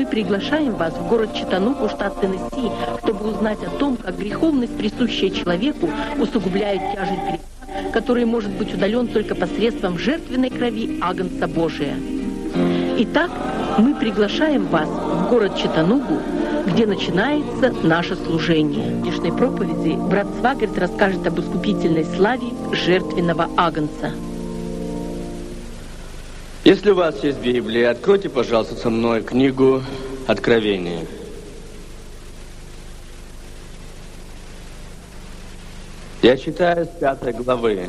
мы приглашаем вас в город Чаттанугу, штат Теннесси, чтобы узнать о том, как греховность, присущая человеку, усугубляет тяжесть греха, который может быть удален только посредством жертвенной крови Агнца Божия. Итак, мы приглашаем вас в город Чаттанугу, где начинается наше служение. В сегодняшней проповеди брат Свагард расскажет об искупительной славе жертвенного Агнца. Если у вас есть Библия, откройте, пожалуйста, со мной книгу Откровения. Я читаю с 5 главы.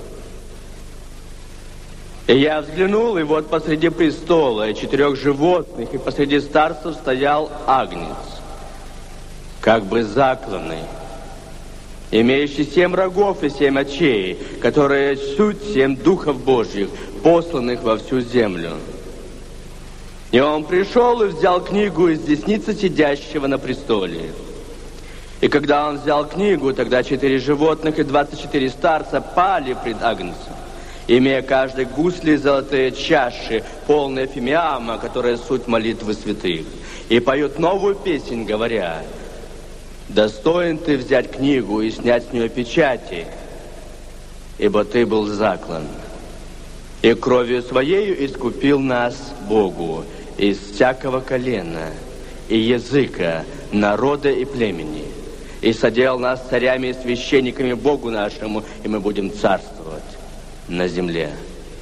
И я взглянул, и вот посреди престола и 4 животных, и посреди старцев стоял Агнец, как бы закланный, имеющий 7 рогов и 7 очей, которые суть 7 духов Божьих, посланных во всю землю. И он пришел и взял книгу из десницы сидящего на престоле. И когда он взял книгу, тогда 4 животных и 24 старца пали пред Агнцем, имея каждой гусли золотые чаши, полные фимиама, которые суть молитвы святых, и поют новую песнь, говоря: «Достоин ты взять книгу и снять с нее печати, ибо ты был заклан, и кровью своею искупил нас Богу из всякого колена и языка, народа и племени, и соделал нас царями и священниками Богу нашему, и мы будем царствовать на земле».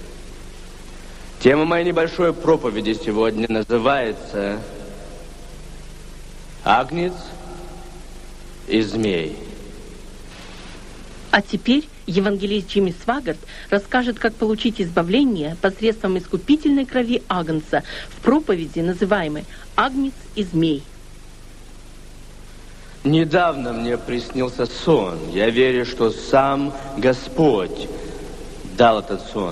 Тема моей небольшой проповеди сегодня называется «Агнец и змей». А теперь евангелист Джимми Свагард расскажет, как получить избавление посредством искупительной крови Агнца в проповеди, называемой «Агнец и змей». Недавно мне приснился сон. Я верю, что сам Господь дал этот сон.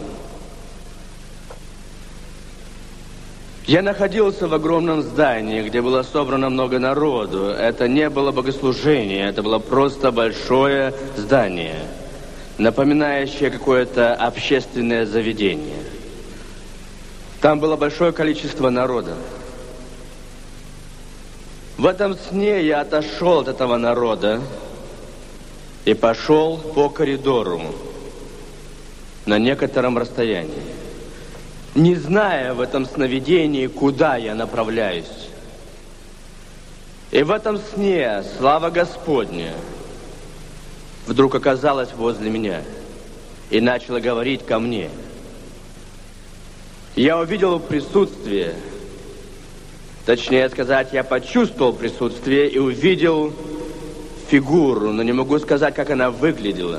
Я находился в огромном здании, где было собрано много народу. Это не было богослужение, это было просто большое здание, напоминающее какое-то общественное заведение. Там было большое количество народа. В этом сне я отошел от этого народа и пошел по коридору на некотором расстоянии, не зная в этом сновидении, куда я направляюсь. И в этом сне слава Господня вдруг оказалась возле меня и начала говорить ко мне. Я увидел присутствие, точнее сказать, я почувствовал присутствие и увидел фигуру, но не могу сказать, как она выглядела.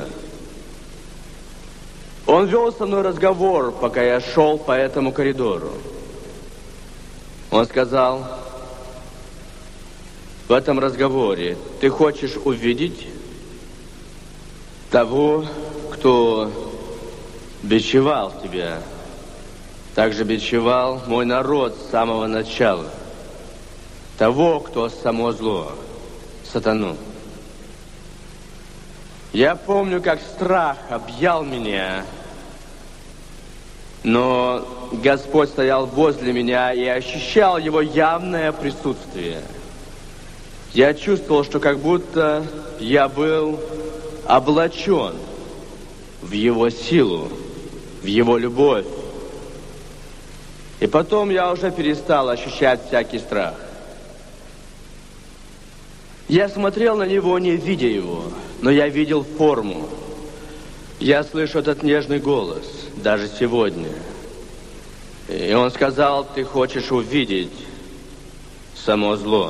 Он вел со мной разговор, пока я шел по этому коридору. Он сказал в этом разговоре: «Ты хочешь увидеть того, кто бичевал тебя, также бичевал мой народ с самого начала, того, кто само зло, сатану». Я помню, как страх объял меня, но Господь стоял возле меня и ощущал Его явное присутствие. Я чувствовал, что как будто я был облачен в Его силу, в Его любовь. И потом я уже перестал ощущать всякий страх. Я смотрел на Него, не видя Его, но я видел форму. Я слышу этот нежный голос, даже сегодня. И Он сказал: «Ты хочешь увидеть само зло».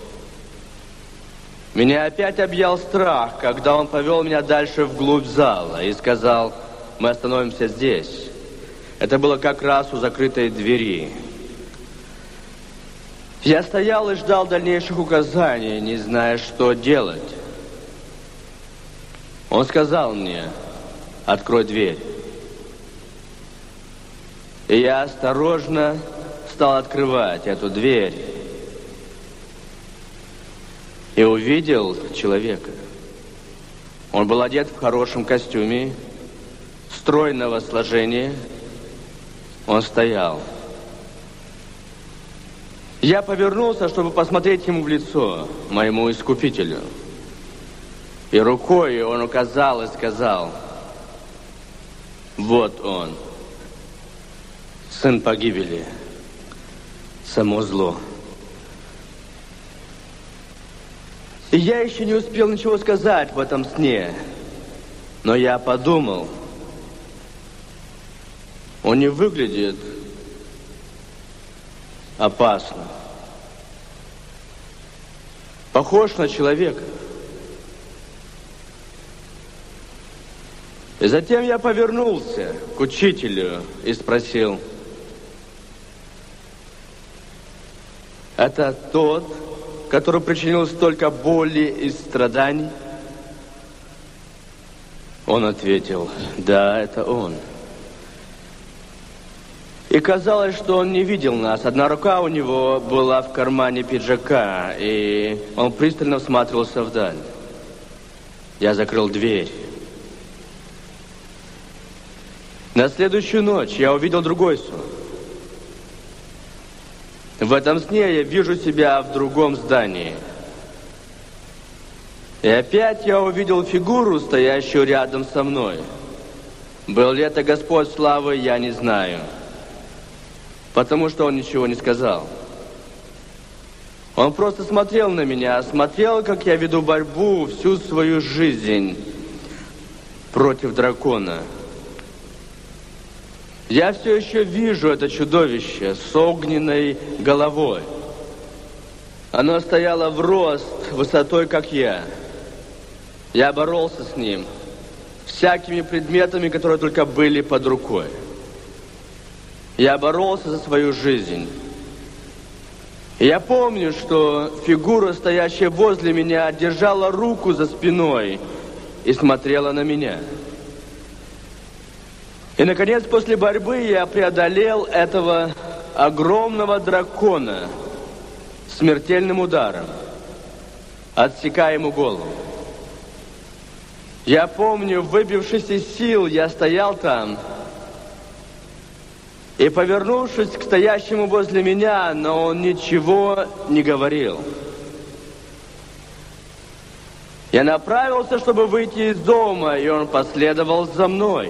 Меня опять объял страх, когда Он повел меня дальше вглубь зала и сказал: «Мы остановимся здесь». Это было как раз у закрытой двери. Я стоял и ждал дальнейших указаний, не зная, что делать. Он сказал мне: «Открой дверь». И я осторожно стал открывать эту дверь и увидел человека. Он был одет в хорошем костюме, стройного сложения. Он стоял. Я повернулся, чтобы посмотреть ему в лицо, моему искупителю. И рукой он указал и сказал: вот он, сын погибели, само зло. И я еще не успел ничего сказать в этом сне, но я подумал, он не выглядит опасно. Похож на человека. И затем я повернулся к учителю и спросил: это тот, который причинил столько боли и страданий? Он ответил: да, это он. И казалось, что он не видел нас. Одна рука у него была в кармане пиджака, и он пристально всматривался вдаль. Я закрыл дверь. На следующую ночь я увидел другой сон. В этом сне я вижу себя в другом здании. И опять я увидел фигуру, стоящую рядом со мной. Был ли это Господь славы, я не знаю. Потому что он ничего не сказал. Он просто смотрел на меня, смотрел, как я веду борьбу всю свою жизнь против дракона. Я все еще вижу это чудовище с огненной головой. Оно стояло в рост, высотой, как я. Я боролся с ним всякими предметами, которые только были под рукой. Я боролся за свою жизнь. И я помню, что фигура, стоящая возле меня, держала руку за спиной и смотрела на меня. И, наконец, после борьбы я преодолел этого огромного дракона смертельным ударом, отсекая ему голову. Я помню, выбившись из сил, я стоял там и, повернувшись к стоящему возле меня, но он ничего не говорил. Я направился, чтобы выйти из дома, и он последовал за мной.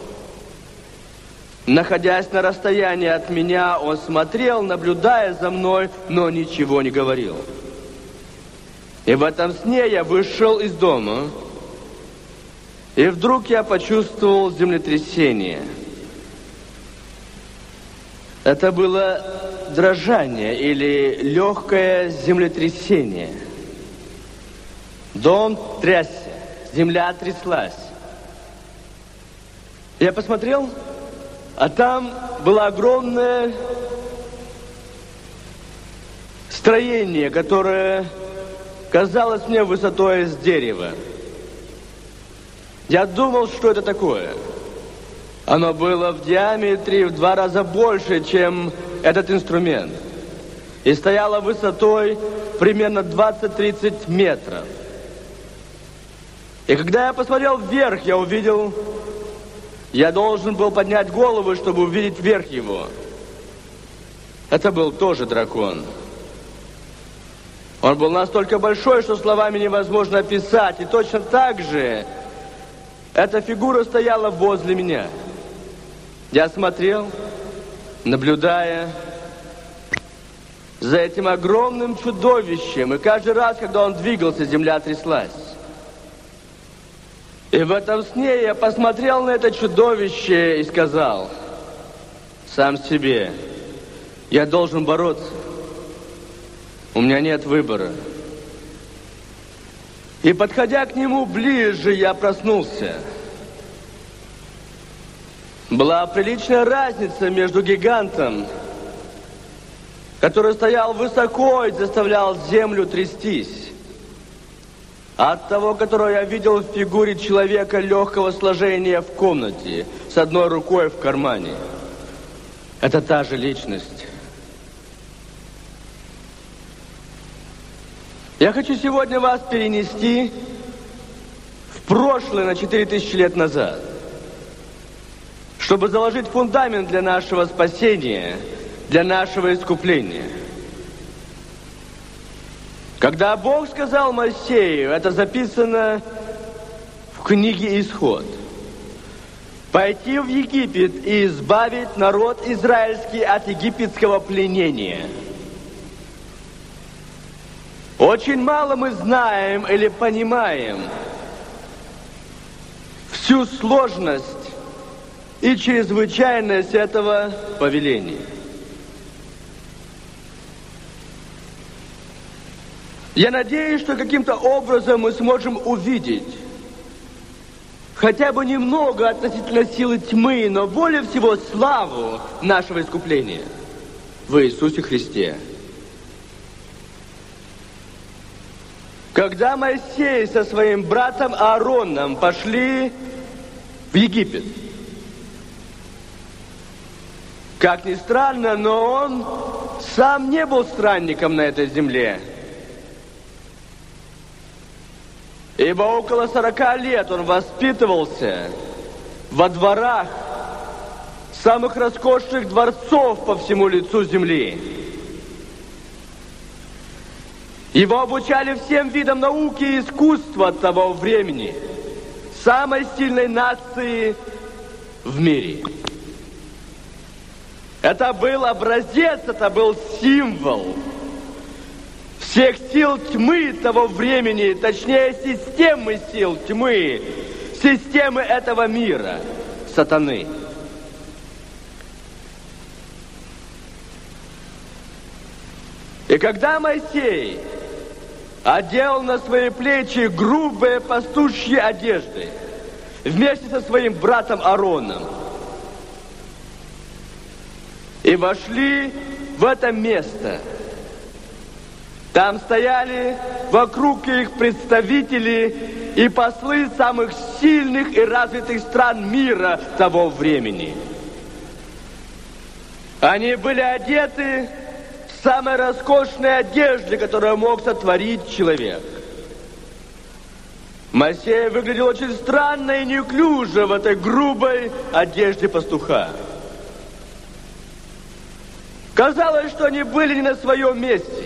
Находясь на расстоянии от меня, он смотрел, наблюдая за мной, но ничего не говорил. И в этом сне я вышел из дома, и вдруг я почувствовал землетрясение. Это было дрожание или легкое землетрясение. Дом трясся, земля тряслась. Я посмотрел, а там было огромное строение, которое казалось мне высотой с дерева. Я думал, что это такое. Оно было в диаметре в 2 раза больше, чем этот инструмент. И стояло высотой примерно 20-30 метров. И когда я посмотрел вверх, я увидел... Я должен был поднять голову, чтобы увидеть верх его. Это был тоже дракон. Он был настолько большой, что словами невозможно описать. И точно так же эта фигура стояла возле меня. Я смотрел, наблюдая за этим огромным чудовищем. И каждый раз, когда он двигался, земля тряслась. И в этом сне я посмотрел на это чудовище и сказал сам себе: я должен бороться. У меня нет выбора. И, подходя к нему ближе, я проснулся. Была приличная разница между гигантом, который стоял высоко и заставлял землю трястись, от того, которого я видел в фигуре человека легкого сложения в комнате, с одной рукой в кармане. Это та же личность. Я хочу сегодня вас перенести в прошлое на 4000 лет назад, чтобы заложить фундамент для нашего спасения, для нашего искупления. Когда Бог сказал Моисею, это записано в книге «Исход», пойти в Египет и избавить народ израильский от египетского пленения. Очень мало мы знаем или понимаем всю сложность и чрезвычайность этого повеления. Я надеюсь, что каким-то образом мы сможем увидеть хотя бы немного относительно силы тьмы, но более всего славу нашего искупления в Иисусе Христе. Когда Моисей со своим братом Аароном пошли в Египет, как ни странно, но он сам не был странником на этой земле. Ибо около 40 лет он воспитывался во дворах самых роскошных дворцов по всему лицу земли. Его обучали всем видам науки и искусства того времени, самой сильной нации в мире. Это был образец, это был символ всех сил тьмы того времени, точнее, системы сил тьмы, системы этого мира, сатаны. И когда Моисей одел на свои плечи грубые пастушьи одежды вместе со своим братом Аароном и вошли в это место, там стояли вокруг их представители и послы самых сильных и развитых стран мира того времени. Они были одеты в самой роскошной одежде, которую мог сотворить человек. Моисей выглядел очень странно и неуклюже в этой грубой одежде пастуха. Казалось, что они были не на своем месте.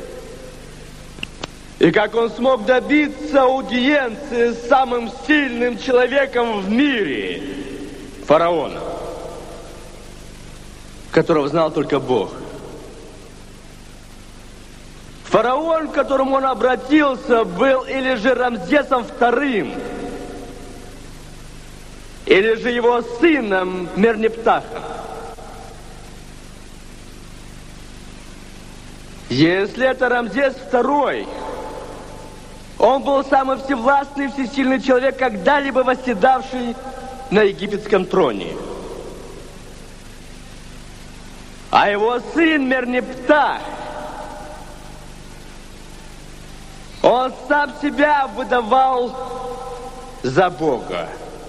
И как он смог добиться аудиенции с самым сильным человеком в мире, фараоном, которого знал только Бог. Фараон, к которому он обратился, был или же Рамзесом II, или же его сыном Мернептахом. Если это Рамзес II, он был самый всевластный и всесильный человек, когда-либо восседавший на египетском троне. А его сын Мернептах, он сам себя выдавал за Бога.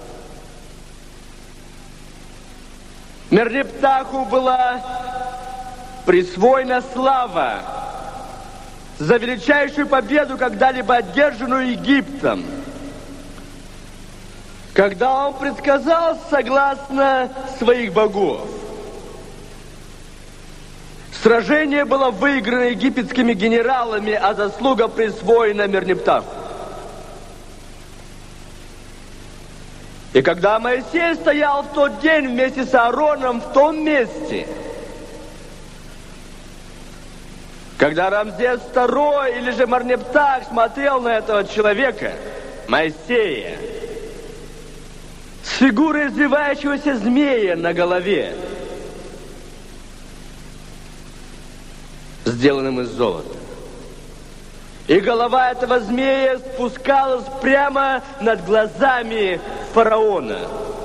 Мернептаху была присвоена слава за величайшую победу, когда-либо одержанную Египтом, когда он предсказал согласно своих богов. Сражение было выиграно египетскими генералами, а заслуга присвоена Мернептаху. И когда Моисей стоял в тот день вместе с Аароном в том месте, когда Рамзес II или же Мернептах смотрел на этого человека, Моисея, с фигурой извивающегося змея на голове, сделанным из золота. И голова этого змея спускалась прямо над глазами фараона.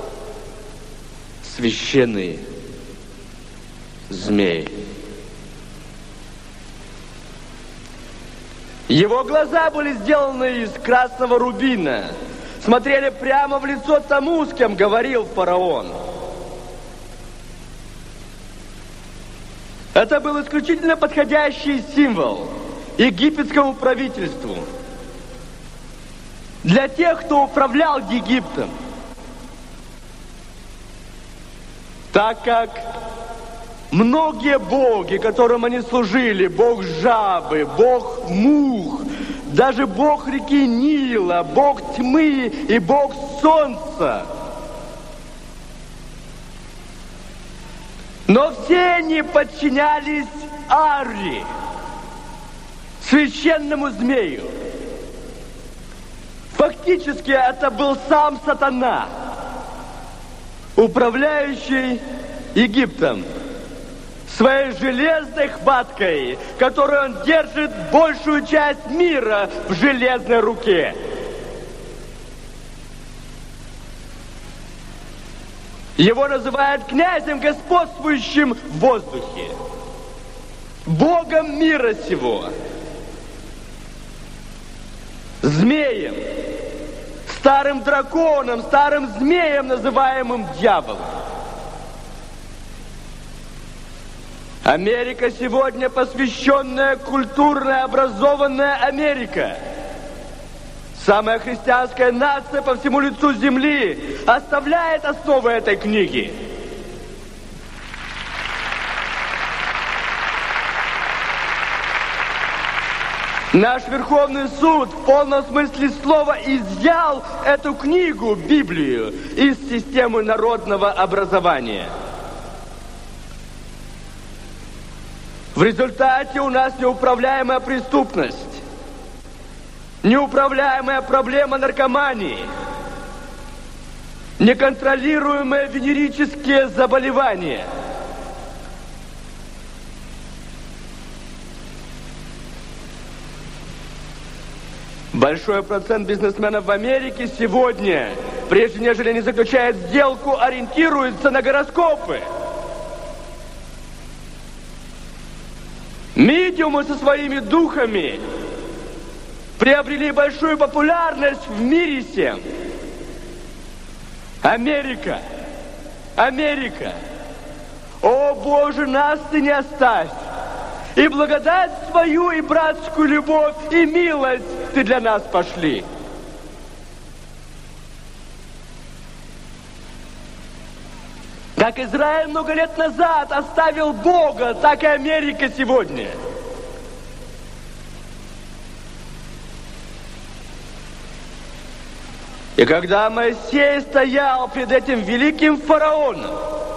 Священный змей. Его глаза были сделаны из красного рубина, смотрели прямо в лицо тому, с кем говорил фараон. Это был исключительно подходящий символ египетскому правительству. Для тех, кто управлял Египтом. Так как Многие боги, которым они служили, бог жабы, бог мух, даже бог реки Нила, бог тьмы и бог солнца. Но все они подчинялись Ари, священному змею. Фактически это был сам сатана, управляющий Египтом своей железной хваткой, которой он держит большую часть мира в железной руке. Его называют князем, господствующим в воздухе, богом мира сего, змеем, старым драконом, старым змеем, называемым дьяволом. Америка сегодня посвященная, культурная, образованная Америка. Самая христианская нация по всему лицу земли оставляет основы этой книги. Наш Верховный суд в полном смысле слова изъял эту книгу, Библию, из системы народного образования. В результате у нас неуправляемая преступность, неуправляемая проблема наркомании, неконтролируемые венерические заболевания. Большой процент бизнесменов в Америке сегодня, прежде нежели они заключают сделку, ориентируются на гороскопы. Медиумы со своими духами приобрели большую популярность в мире всем. Америка! Америка! О, Боже, нас ты не оставь! И благодать свою, и братскую любовь, и милость ты для нас пошли. Как Израиль много лет назад оставил Бога, так и Америка сегодня. И когда Моисей стоял перед этим великим фараоном,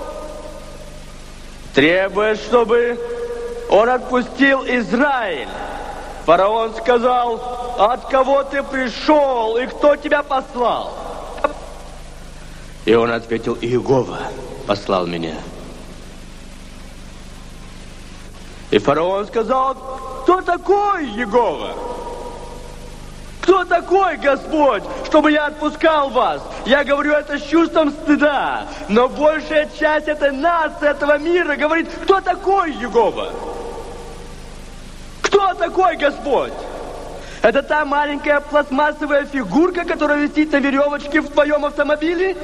требуя, чтобы он отпустил Израиль, фараон сказал: от кого ты пришел и кто тебя послал? И он ответил: Иегова послал меня. И фараон сказал: кто такой Иегова? Кто такой Господь, чтобы я отпускал вас? Я говорю это с чувством стыда, но большая часть этой нации, этого мира говорит: кто такой Иегова? Кто такой Господь? Это та маленькая пластмассовая фигурка, которая висит на веревочке в твоем автомобиле?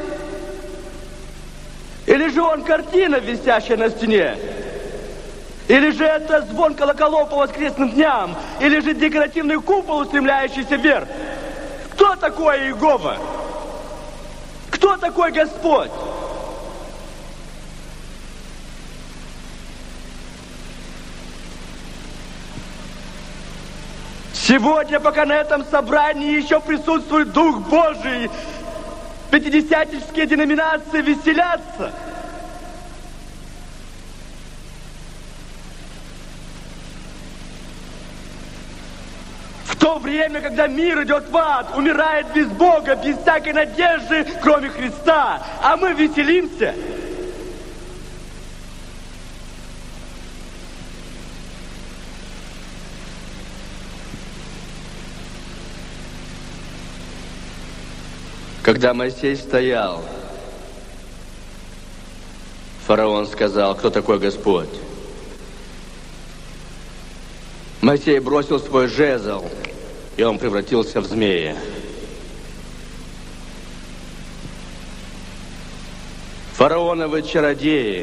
Или же он картина, висящая на стене? Или же это звон колоколов по воскресным дням? Или же декоративный купол, устремляющийся вверх? Кто такой Иегова? Кто такой Господь? Сегодня, пока на этом собрании еще присутствует Дух Божий, пятидесятнические деноминации веселятся. В то время, когда мир идет в ад, умирает без Бога, без всякой надежды, кроме Христа, а мы веселимся. Когда Моисей стоял, фараон сказал: кто такой Господь? Моисей бросил свой жезл, и он превратился в змея. Фараоновы чародеи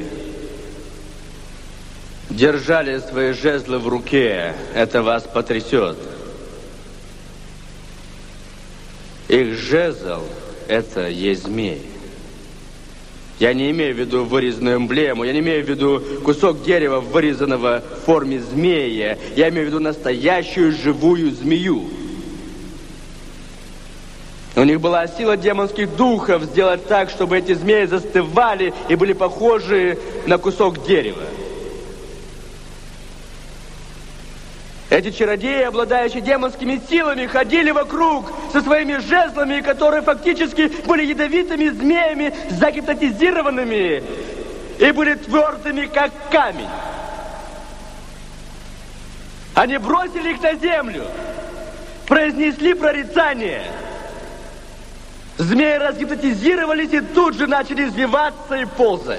держали свои жезлы в руке. Это вас потрясет. Их жезл — это есть змей. Я не имею в виду вырезанную эмблему, я не имею в виду кусок дерева, вырезанного в форме змея. Я имею в виду настоящую живую змею. У них была сила демонских духов сделать так, чтобы эти змеи застывали и были похожи на кусок дерева. Эти чародеи, обладающие демонскими силами, ходили вокруг со своими жезлами, которые фактически были ядовитыми змеями, загипнотизированными и были твердыми, как камень. Они бросили их на землю, произнесли прорицание. Змеи разгипнотизировались и тут же начали извиваться и ползать.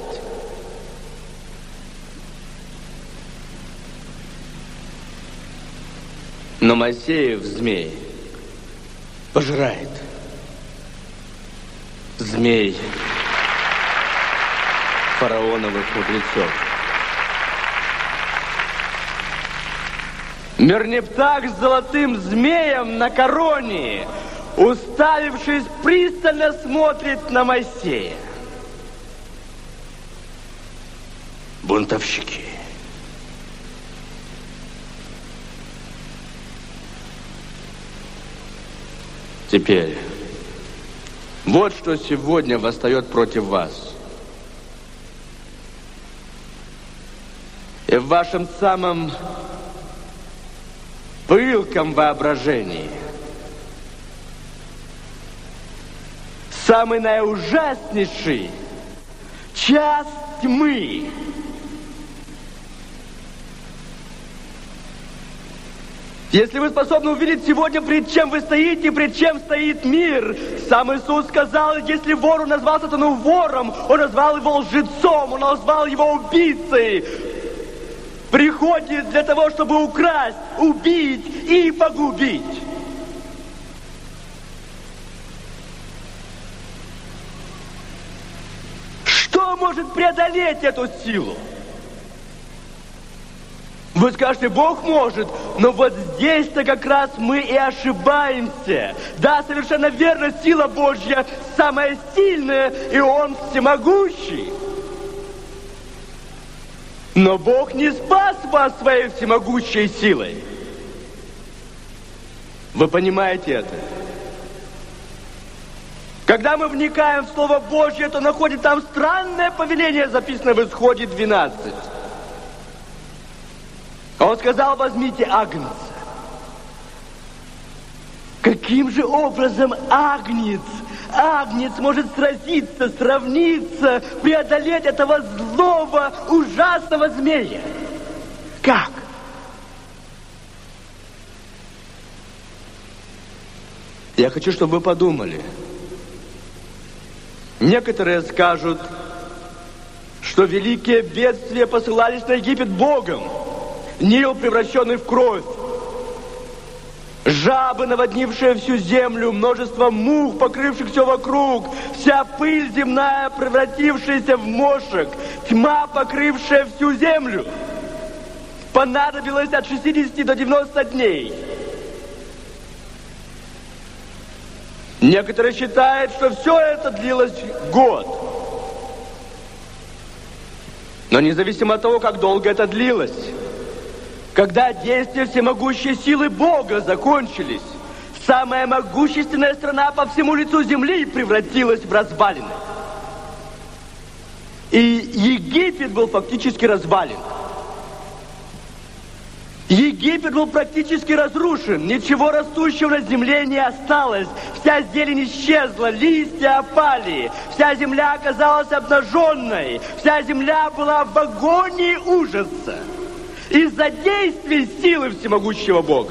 Но Моисеев змей пожирает. Змей фараоновых мудрецов. Мернептах с золотым змеем на короне, уставившись, пристально смотрит на Моисея. Бунтовщики. Теперь, вот что сегодня восстает против вас. И в вашем самом пылком воображении самый наиужаснейший час тьмы. Если вы способны увидеть сегодня, пред чем вы стоите, пред чем стоит мир, сам Иисус сказал, если вор назвал сатану вором, он назвал его лжецом, он назвал его убийцей. Приходит для того, чтобы украсть, убить и погубить. Что может преодолеть эту силу? Вы скажете, Бог может, но вот здесь-то как раз мы и ошибаемся. Да, совершенно верно, сила Божья самая сильная, и Он всемогущий. Но Бог не спас вас своей всемогущей силой. Вы понимаете это? Когда мы вникаем в Слово Божье, то находим там странное повеление, записанное в Исходе 12. Он сказал, возьмите агнца. Каким же образом агнец может сразиться, сравниться, преодолеть этого злого, ужасного змея? Как? Я хочу, чтобы вы подумали. Некоторые скажут, что великие бедствия посылались на Египет Богом. Нил, превращенный в кровь, жабы, наводнившие всю землю, множество мух, покрывших все вокруг, вся пыль земная, превратившаяся в мошек, тьма, покрывшая всю землю. Понадобилось от 60 до 90 дней. Некоторые считают, что все это длилось год. Но независимо от того, как долго это длилось, когда действия всемогущей силы Бога закончились, самая могущественная страна по всему лицу земли превратилась в развалины. И Египет был фактически развален. Египет был практически разрушен, ничего растущего на земле не осталось, вся зелень исчезла, листья опали, вся земля оказалась обнаженной, вся земля была в агонии ужаса. Из-за действий силы всемогущего Бога.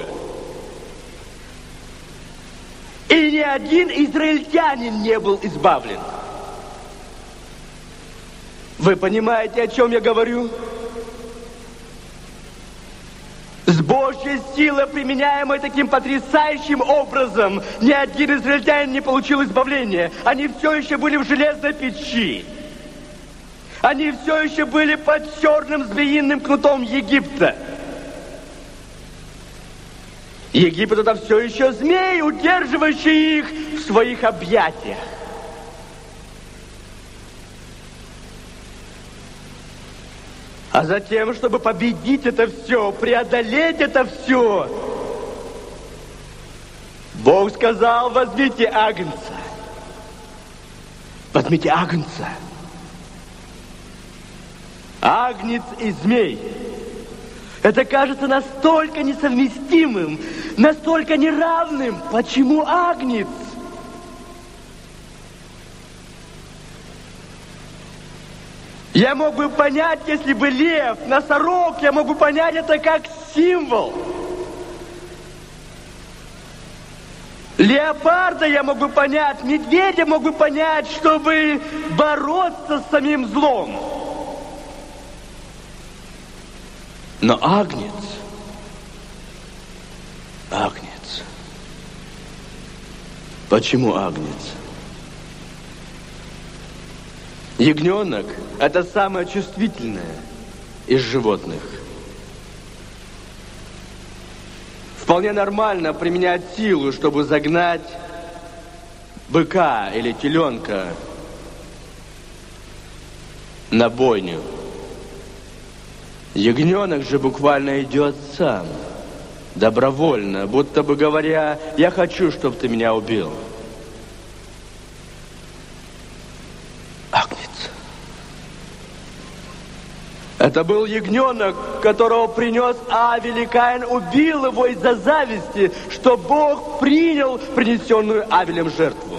И ни один израильтянин не был избавлен. Вы понимаете, о чем я говорю? С Божьей силой, применяемой таким потрясающим образом, ни один израильтянин не получил избавления. Они все еще были в железной печи. Они все еще были под черным змеиным кнутом Египта. Египет — это все еще змеи, удерживающие их в своих объятиях. А затем, чтобы победить это все, преодолеть это все, Бог сказал: возьмите агнца. Возьмите агнца. Агнец и змей. Это кажется настолько несовместимым, настолько неравным. Почему агнец? Я мог бы понять, если бы лев, носорог, я мог бы понять это как символ. Леопарда я мог бы понять, медведя мог бы понять, чтобы бороться с самим злом. Но агнец. Почему агнец? Ягненок – это самое чувствительное из животных. Вполне нормально применять силу, чтобы загнать быка или теленка на бойню. Ягненок же буквально идет сам, добровольно, будто бы говоря: я хочу, чтобы ты меня убил. Агнец. Это был ягненок, которого принес Авель, и Каин убил его из-за зависти, что Бог принял принесенную Авелем жертву.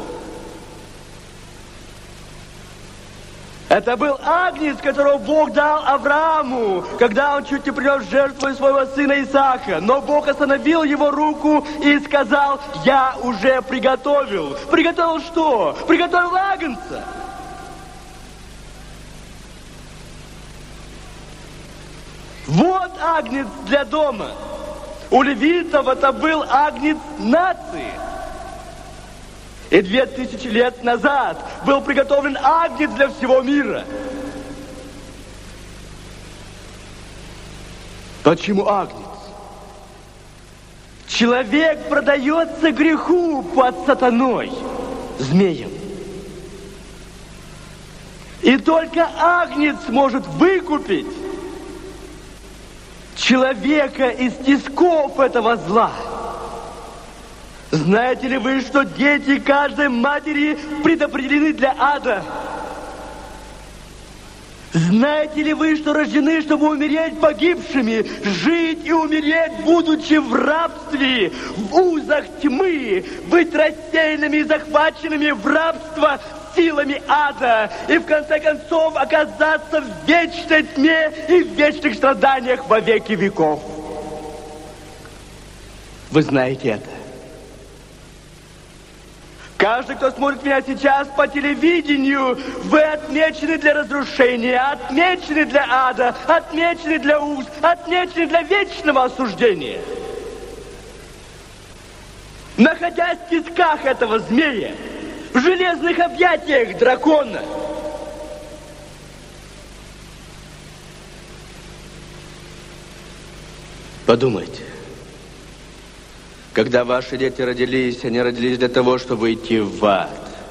Это был агнец, которого Бог дал Аврааму, когда он чуть не принес в жертву своего сына Исаака. Но Бог остановил его руку и сказал: я уже приготовил. Приготовил что? Приготовил агнца. Вот агнец для дома. У левитов это был агнец нации. И 2000 лет назад был приготовлен агнец для всего мира. Почему агнец? Человек продается греху под сатаной, змеем. И только агнец может выкупить человека из тисков этого зла. Знаете ли вы, что дети каждой матери предопределены для ада? Знаете ли вы, что рождены, чтобы умереть погибшими, жить и умереть, будучи в рабстве, в узах тьмы, быть рассеянными и захваченными в рабство силами ада и в конце концов оказаться в вечной тьме и в вечных страданиях во веки веков? Вы знаете это. Каждый, кто смотрит меня сейчас по телевидению, вы отмечены для разрушения, отмечены для ада, отмечены для уз, отмечены для вечного осуждения. Находясь в тисках этого змея, в железных объятиях дракона, подумайте. Когда ваши дети родились, они родились для того, чтобы идти в ад.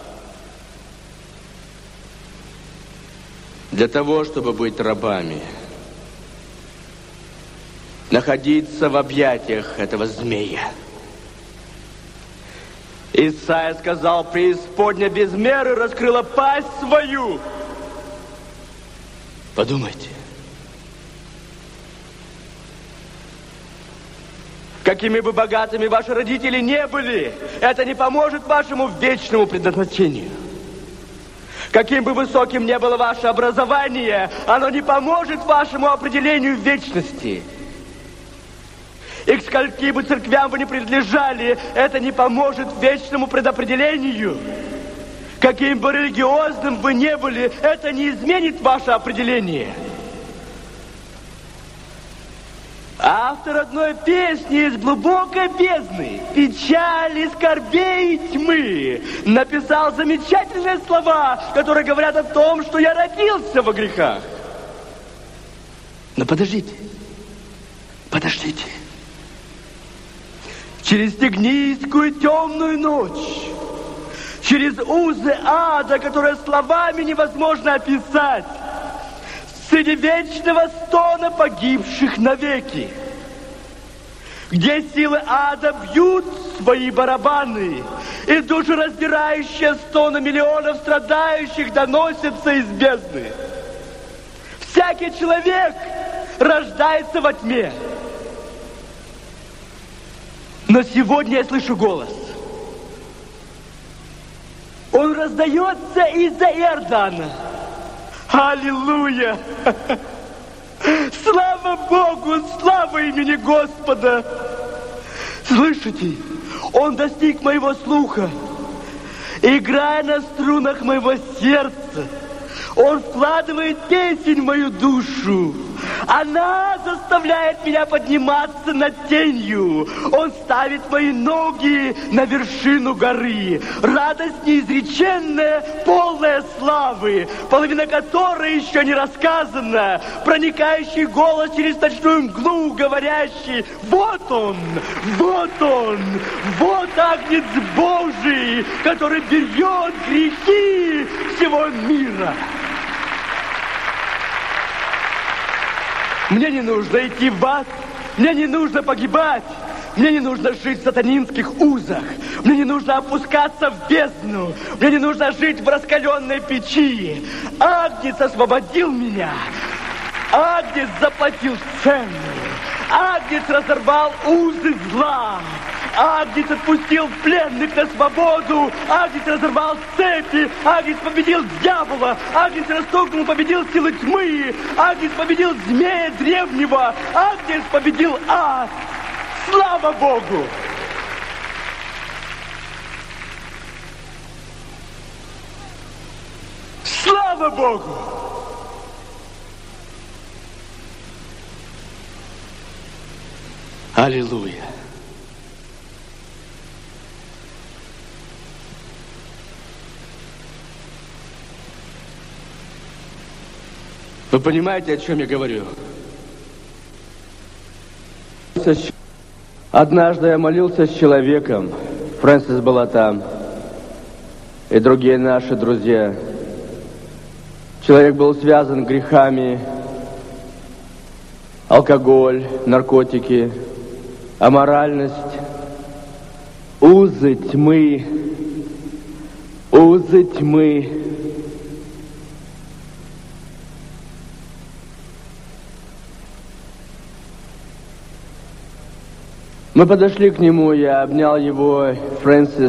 Для того, чтобы быть рабами. Находиться в объятиях этого змея. Исайя сказал: преисподня без меры раскрыла пасть свою. Подумайте. Какими бы богатыми ваши родители не были, это не поможет вашему вечному предназначению. Каким бы высоким ни было ваше образование, оно не поможет вашему определению в вечности. И к скольки бы церквям вы не принадлежали, это не поможет вечному предопределению. Каким бы религиозным вы не были, это не изменит ваше определение. Автор одной песни из глубокой бездны, печали, скорбей и тьмы написал замечательные слова, которые говорят о том, что я родился во грехах. Но подождите. Через стигнийскую темную ночь, через узы ада, которые словами невозможно описать, среди вечного стона погибших навеки, где силы ада бьют свои барабаны, и душераздирающие стоны миллионов страдающих доносятся из бездны. Всякий человек рождается во тьме. Но сегодня я слышу голос. Он раздается из-за Иордана. Аллилуйя! Слава Богу, слава имени Господа! Слышите? Он достиг моего слуха, играя на струнах моего сердца. Он вкладывает песнь в мою душу. Она заставляет меня подниматься над тенью. Он ставит мои ноги на вершину горы. Радость неизреченная, полная славы, половина которой еще не рассказана. Проникающий голос через ночную мглу, говорящий: вот он, вот он, вот Агнец Божий, который берет грехи всего мира. Мне не нужно идти в ад, мне не нужно погибать, мне не нужно жить в сатанинских узах, мне не нужно опускаться в бездну, мне не нужно жить в раскаленной печи. Агнец освободил меня, Агнец заплатил цену, Агнец разорвал узы зла, Агнец отпустил пленных на свободу, Агнец разорвал цепи, Агнец победил дьявола, Агнец растолкнул, победил силы тьмы, Агнец победил змея древнего, Агнец победил ад. Слава Богу! Слава Богу! Аллилуйя! Вы понимаете, о чем я говорю? Однажды я молился с человеком, Фрэнсис была там, и другие наши друзья. Человек был связан грехами, алкоголь, наркотики, аморальность, узы тьмы, узы тьмы. Мы подошли к нему, я обнял его, Фрэнсис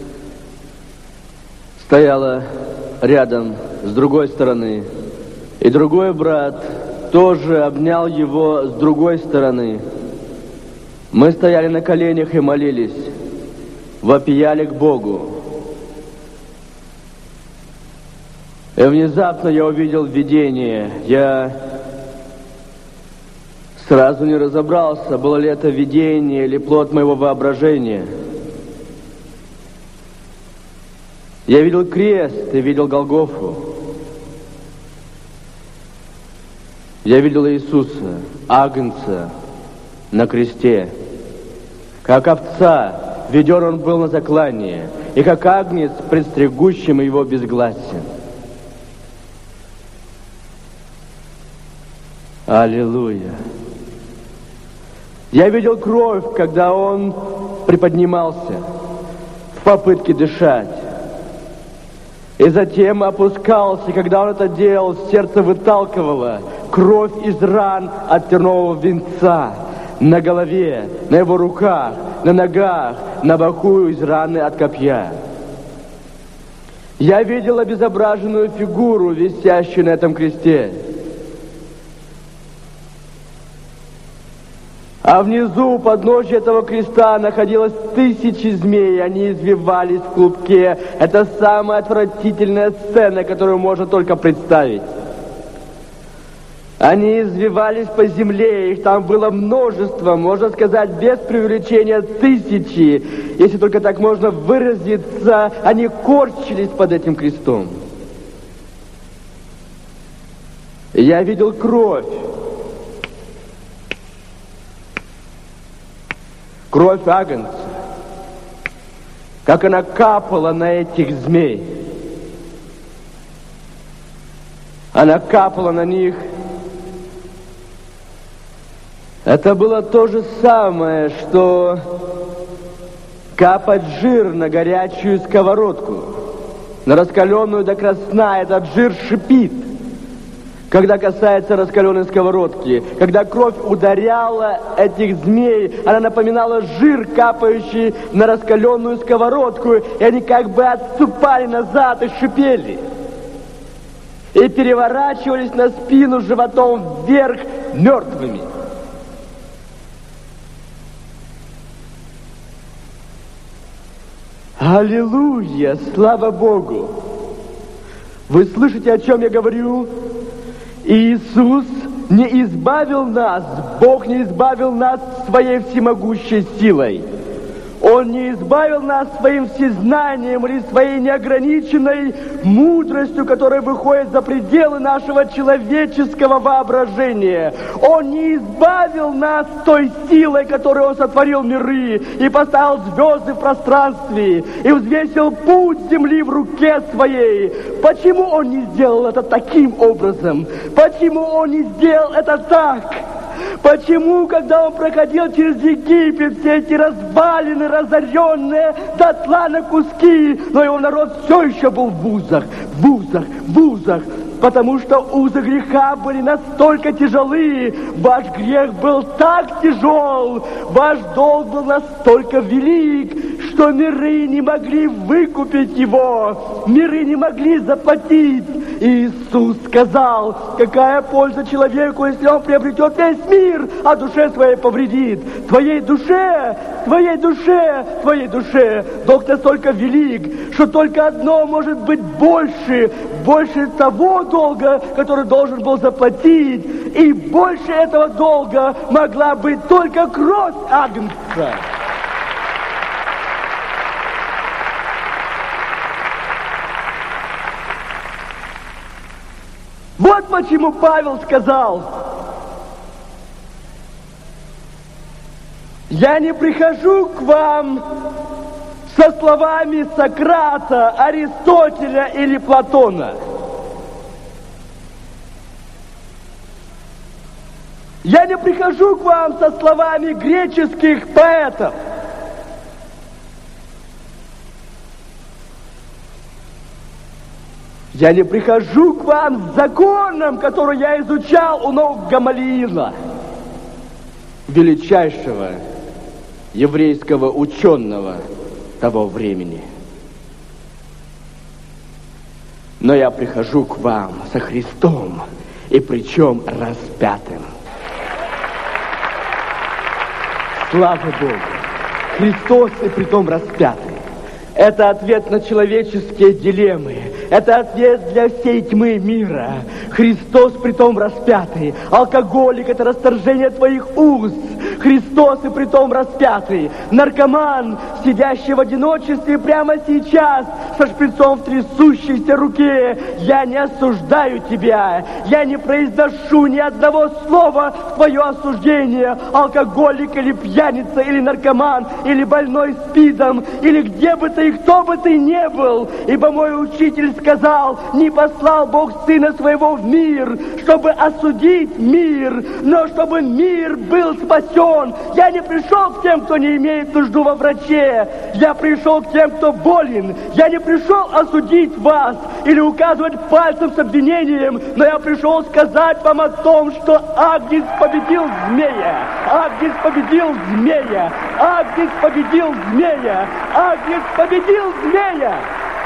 стояла рядом с другой стороны. И другой брат тоже обнял его с другой стороны. Мы стояли на коленях и молились, вопияли к Богу. И внезапно я увидел видение. Я сразу не разобрался, было ли это видение или плод моего воображения. Я видел крест и видел Голгофу. Я видел Иисуса, Агнца, на кресте. Как овца, веден он был на заклание, и как Агнец, предстригущим его безгласен. Аллилуйя! Я видел кровь, когда он приподнимался в попытке дышать. И затем опускался, когда он это делал, сердце выталкивало кровь из ран от тернового венца на голове, на его руках, на ногах, на боку из раны от копья. Я видел обезображенную фигуру, висящую на этом кресте. А внизу, у подножия этого креста, находилось 1000 змей. Они извивались в клубке. Это самая отвратительная сцена, которую можно только представить. Они извивались по земле, их там было множество, можно сказать, без преувеличения 1000. Если только так можно выразиться, они корчились под этим крестом. Я видел кровь. Кровь Агнца, как она капала на этих змей. Она капала на них Это было то же самое, что капать жир на горячую сковородку. На раскаленную до красна этот жир шипит. Когда касается раскаленной сковородки, когда кровь ударяла этих змей, она напоминала жир, капающий на раскаленную сковородку, и они как бы отступали назад и шипели. И переворачивались на спину животом вверх мертвыми. Аллилуйя! Слава Богу! Вы слышите, о чем я говорю? Иисус не избавил нас, Бог не избавил нас своей всемогущей силой. Он не избавил нас своим всезнанием или своей неограниченной мудростью, которая выходит за пределы нашего человеческого воображения. Он не избавил нас той силой, которой Он сотворил миры и поставил звезды в пространстве и взвесил путь земли в руке своей. Почему Он не сделал это таким образом? Почему Он не сделал это так? Почему, когда Он проходил через Египет, все эти развалины, разоренные, дотла на куски, но Его народ все еще был в узах, потому что узы греха были настолько тяжелы, ваш грех был так тяжел, ваш долг был настолько велик, что миры не могли выкупить его, миры не могли заплатить. Иисус сказал, какая польза человеку, если он приобретет весь мир, а душе своей повредит. Твоей душе долг настолько велик, что только одно может быть больше того долга, который должен был заплатить, и больше этого долга могла быть только кровь Агнца. Вот почему Павел сказал: я не прихожу к вам со словами Сократа, Аристотеля или Платона. Я не прихожу к вам со словами греческих поэтов. Я не прихожу к вам с законом, который я изучал у ног Гамалиила, величайшего еврейского ученого того времени. Но я прихожу к вам со Христом, и причем распятым. Слава Богу! Христос и притом распятый. Это ответ на человеческие дилеммы. Это ответ для всей тьмы мира. Христос притом распятый. Алкоголик — это расторжение твоих уст. Христос и притом распятый. Наркоман, сидящий в одиночестве прямо сейчас, со шприцом в трясущейся руке. Я не осуждаю тебя. Я не произношу ни одного слова в твое осуждение. Алкоголик или пьяница, или наркоман, или больной СПИДом, или где бы ты и кто бы ты ни был. Ибо мой учитель сказал: не послал Бог Сына Своего в мир, чтобы осудить мир, но чтобы мир был спасен. Я не пришел к тем, кто не имеет нужду во враче. Я пришел к тем, кто болен. Я не пришел осудить вас или указывать пальцем с обвинением, но я пришел сказать вам о том, что Агнец победил змея. Агнец победил змея. Агнец победил змея. Агнец победил змея.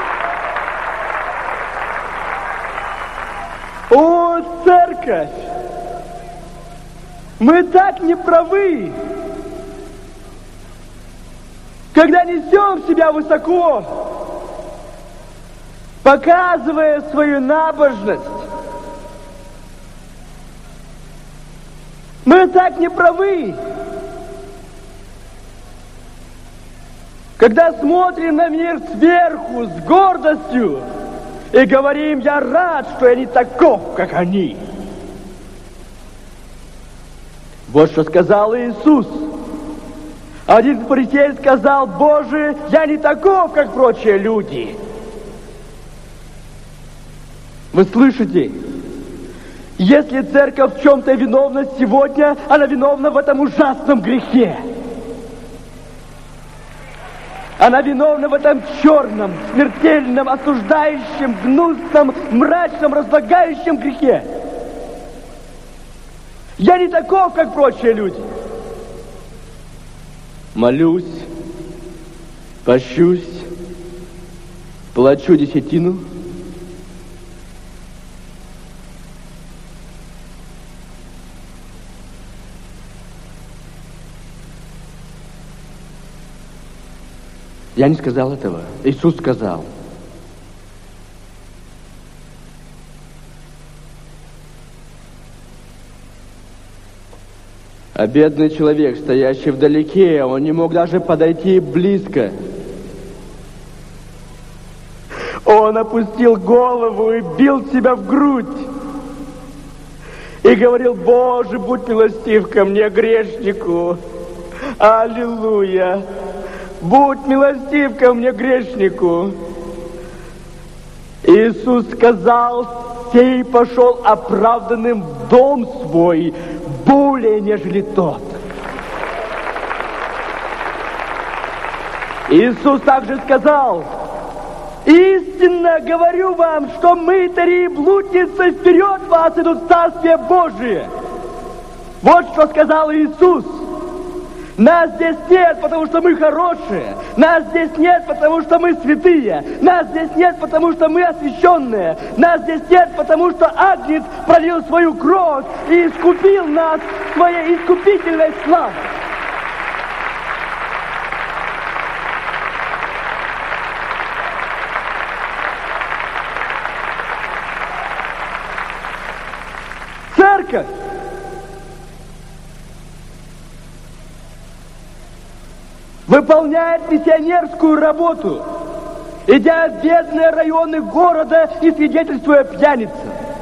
О, церковь! Мы так неправы, когда несем себя высоко, показывая свою набожность. Мы так неправы, когда смотрим на мир сверху с гордостью и говорим: я рад, что я не таков, как они. Вот что сказал Иисус. Один фарисей сказал: Боже, я не таков, как прочие люди. Вы слышите? Если церковь в чем-то виновна сегодня, она виновна в этом ужасном грехе. Она виновна в этом черном, смертельном, осуждающем, гнусном, мрачном, разлагающем грехе. Я не таков, как прочие люди. Молюсь, пощусь, плачу десятину. Я не сказал этого. Иисус сказал. А бедный человек, стоящий вдалеке, он не мог даже подойти близко. Он опустил голову и бил себя в грудь. И говорил: Боже, будь милостив ко мне, грешнику. Аллилуйя. Будь милостив ко мне, грешнику. Иисус сказал: сей пошел оправданным в дом свой, более нежели тот. Иисус также сказал: истинно говорю вам, что мытари и блудницы вперед вас идут в Царствие Божие. Вот что сказал Иисус. Нас здесь нет, потому что мы хорошие. Нас здесь нет, потому что мы святые. Нас здесь нет, потому что мы освященные. Нас здесь нет, потому что Агнец пролил свою кровь и искупил нас своей искупительной славой. Церковь выполняет миссионерскую работу, идя в бедные районы города и свидетельствуя пьяницам.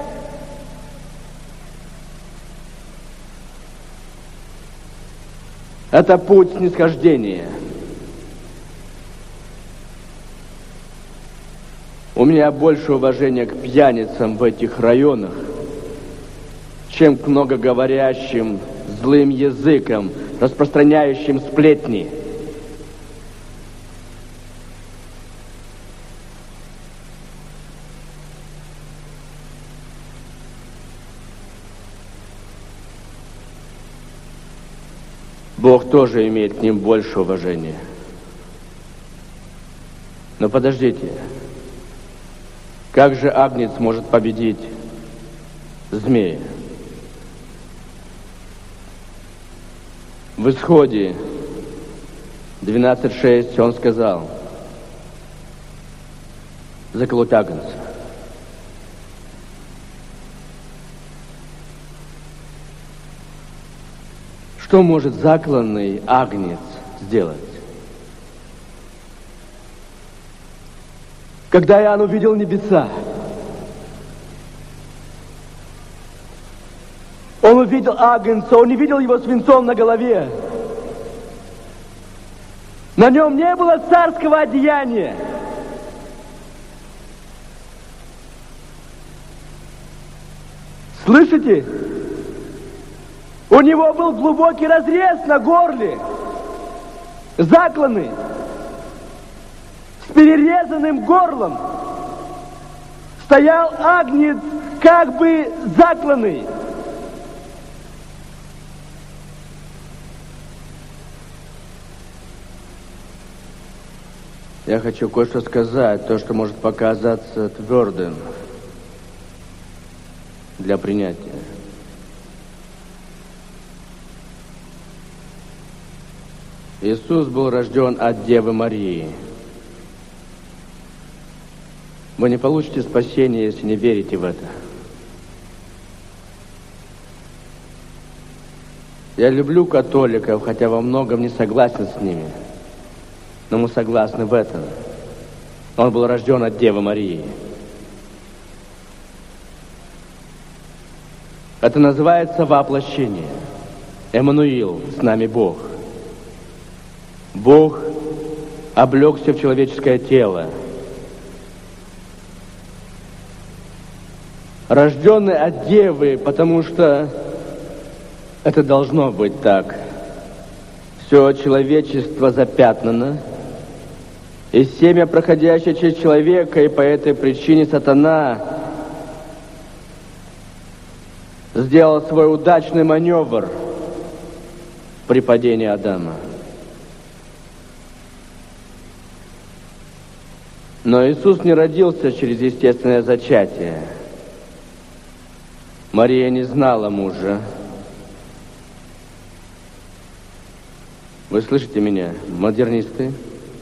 Это путь снисхождения. У меня больше уважения к пьяницам в этих районах, чем к многоговорящим, злым языкам, распространяющим сплетни. Бог тоже имеет к ним больше уважения. Но подождите, как же Агнец может победить змея? В Исходе 12:6 он сказал: заколоть Агнца. Что может закланный Агнец сделать? Когда Иоанн увидел небеса, он увидел Агнца, он не видел его свинцом на голове. На нем не было царского одеяния. Слышите? У него был глубокий разрез на горле, закланный, с перерезанным горлом. Стоял Агнец, как бы закланный. Я хочу кое-что сказать, то, что может показаться твердым для принятия. Иисус был рожден от Девы Марии. Вы не получите спасения, если не верите в это. Я люблю католиков, хотя во многом не согласен с ними. Но мы согласны в этом. Он был рожден от Девы Марии. Это называется воплощение. Эммануил, с нами Бог. Бог облегся в человеческое тело. рожденный от девы, потому что это должно быть так. Все человечество запятнано, и семя, проходящее через человека, и по этой причине сатана сделал свой удачный маневр при падении Адама. Но Иисус не родился через естественное зачатие. Мария не знала мужа. Вы слышите меня, модернисты?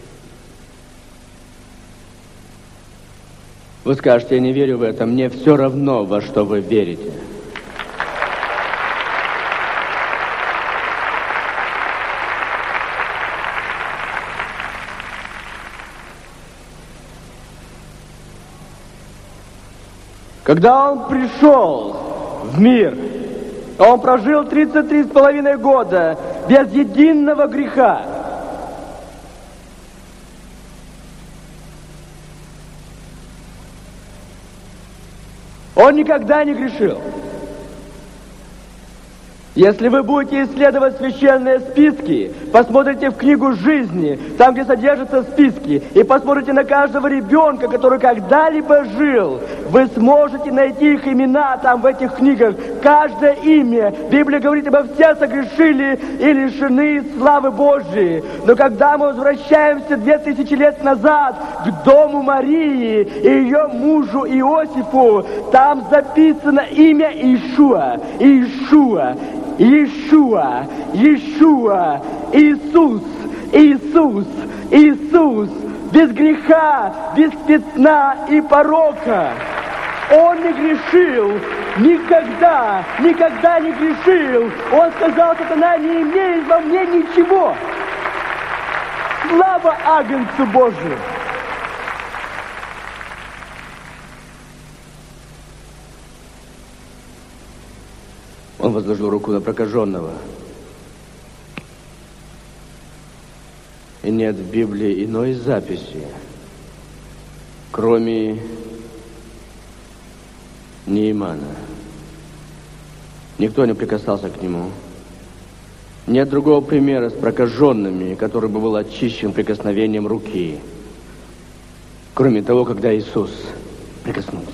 Вы скажете, я не верю в это, мне все равно, во что вы верите. Когда он пришел в мир, он прожил 33,5 года без единого греха. Он никогда не грешил. Если вы будете исследовать священные списки, посмотрите в книгу жизни, там, где содержатся списки, и посмотрите на каждого ребенка, который когда-либо жил, вы сможете найти их имена там, в этих книгах. Каждое имя. Библия говорит, ибо все согрешили и лишены славы Божьей. Но когда мы возвращаемся 2000 лет назад к дому Марии и ее мужу Иосифу, там записано имя Иешуа. Иешуа. Иешуа, Иешуа, Иисус, Иисус, Иисус, без греха, без пятна и порока. Он не грешил, никогда, никогда не грешил. Он сказал, сатана не имеет во мне ничего. Слава Агнцу Божию! Он возложил руку на прокаженного. И нет в Библии иной записи, кроме Неимана. Никто не прикасался к нему. Нет другого примера с прокаженными, который бы был очищен прикосновением руки, кроме того, когда Иисус прикоснулся.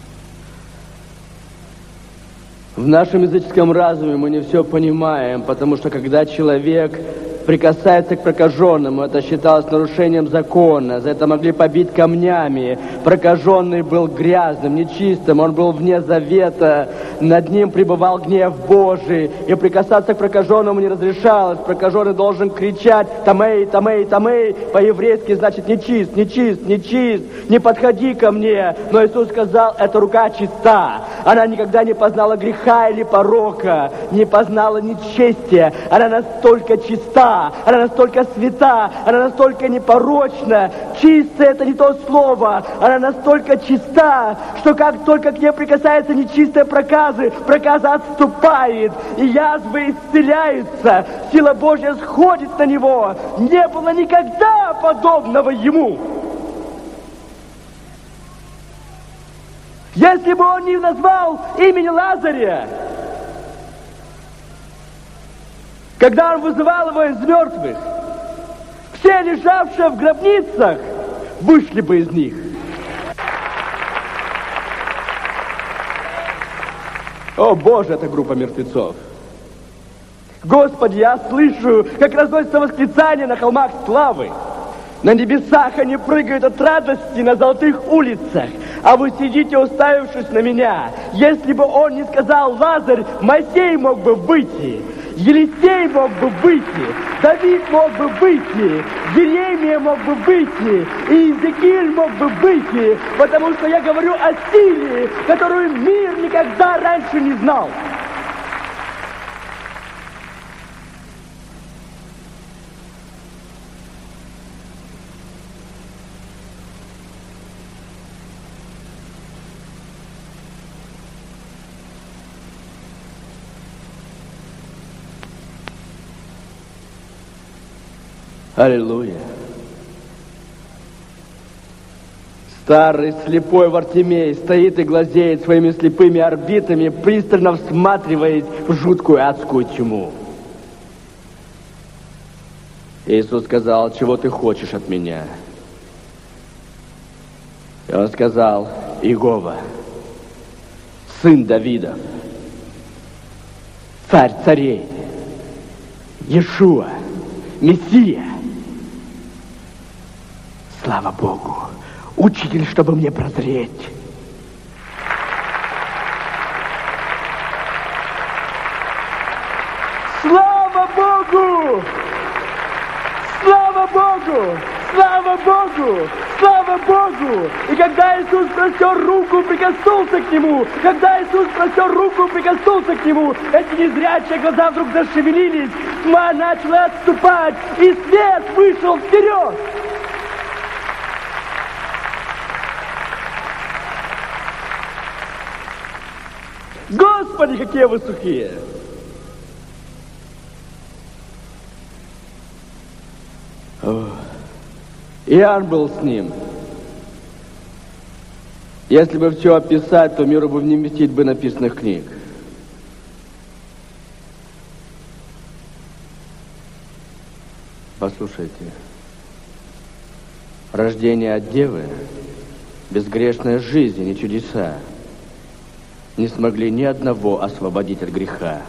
В нашем языческом разуме мы не все понимаем, потому что когда человек прикасается к прокаженному, это считалось нарушением закона, за это могли побить камнями. Прокаженный был грязным, нечистым, он был вне завета, над ним пребывал гнев Божий, и прикасаться к прокаженному не разрешалось. Прокаженный должен кричать «Тамей, Тамей, Тамей», по-еврейски значит «нечист, нечист, нечист, не подходи ко мне». Но Иисус сказал, эта рука чиста, она никогда не познала греха или порока, не познала нечестия, она настолько чиста, она настолько свята, она настолько непорочна. Чистая — это не то слово, она настолько чиста, что как только к ней прикасается нечистая проказа отступает, и язвы исцеляются, сила Божья сходит на него. Не было никогда подобного ему. Если бы он не назвал имени Лазаря, когда он вызывал его из мертвых, все лежавшие в гробницах вышли бы из них. О, Боже, это группа мертвецов. Господи, я слышу, как разносится восклицание на холмах славы. На небесах они прыгают от радости на золотых улицах, а вы сидите, уставившись на меня. Если бы он не сказал «Лазарь», Моисей мог бы выйти, Елисей мог бы выйти, Давид мог бы выйти, Еремия мог бы выйти, и Иезекииль мог бы выйти, потому что я говорю о силе, которую мир никогда раньше не знал. Аллилуйя. Старый слепой Вартимей стоит и глазеет своими слепыми орбитами, пристально всматриваясь в жуткую адскую тьму. Иисус сказал: чего ты хочешь от меня? И он сказал: Иегова, сын Давидов, царь царей, Иешуа, Мессия. Слава Богу, учитель, чтобы мне прозреть. Слава Богу! Слава Богу! Слава Богу! Слава Богу! И когда Иисус простер руку, прикоснулся к нему, когда Иисус простер руку, прикоснулся к нему, эти незрячие глаза вдруг зашевелились, тьма начала отступать, и свет вышел вперед. Господи, какие вы сухие! Иоанн был с ним. Если бы все описать, то миру бы не вместить бы написанных книг. Послушайте. Рождение от девы, безгрешная жизнь и чудеса не смогли ни одного освободить от греха.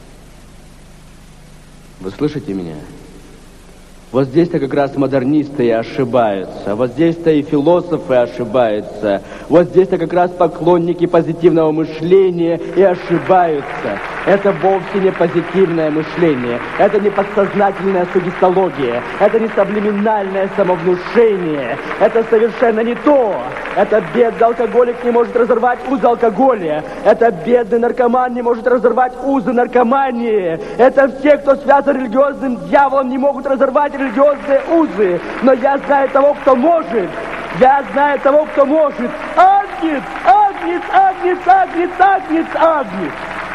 Вы слышите меня? Вот здесь-то как раз модернисты и ошибаются. Вот здесь-то и философы ошибаются. Вот здесь-то как раз поклонники позитивного мышления и ошибаются. Это вовсе не позитивное мышление. Это не подсознательная сугестология. Это не саблиминальное самовнушение. Это совершенно не то. Это бедный алкоголик не может разорвать узы алкоголя. Это бедный наркоман не может разорвать узы наркомании. Это все, кто связан религиозным дьяволом, не могут разорвать религиозные узы. Но я знаю того, кто может. Я знаю того, кто может. Агнец! Агнец! Агнец! Агнец! Агнец! Агнец!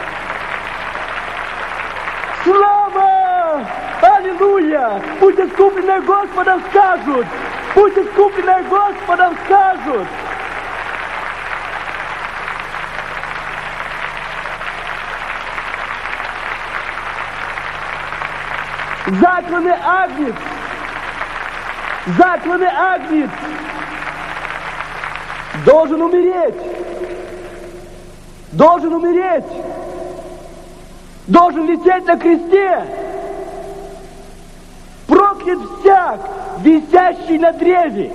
Слава! Аллилуйя! Пусть искупленные Господом скажут! Пусть искупленные Господом скажут! Закланный агнец! Закланный агнец! Должен умереть! Должен умереть! Должен висеть на кресте! Проклят всяк, висящий на древе!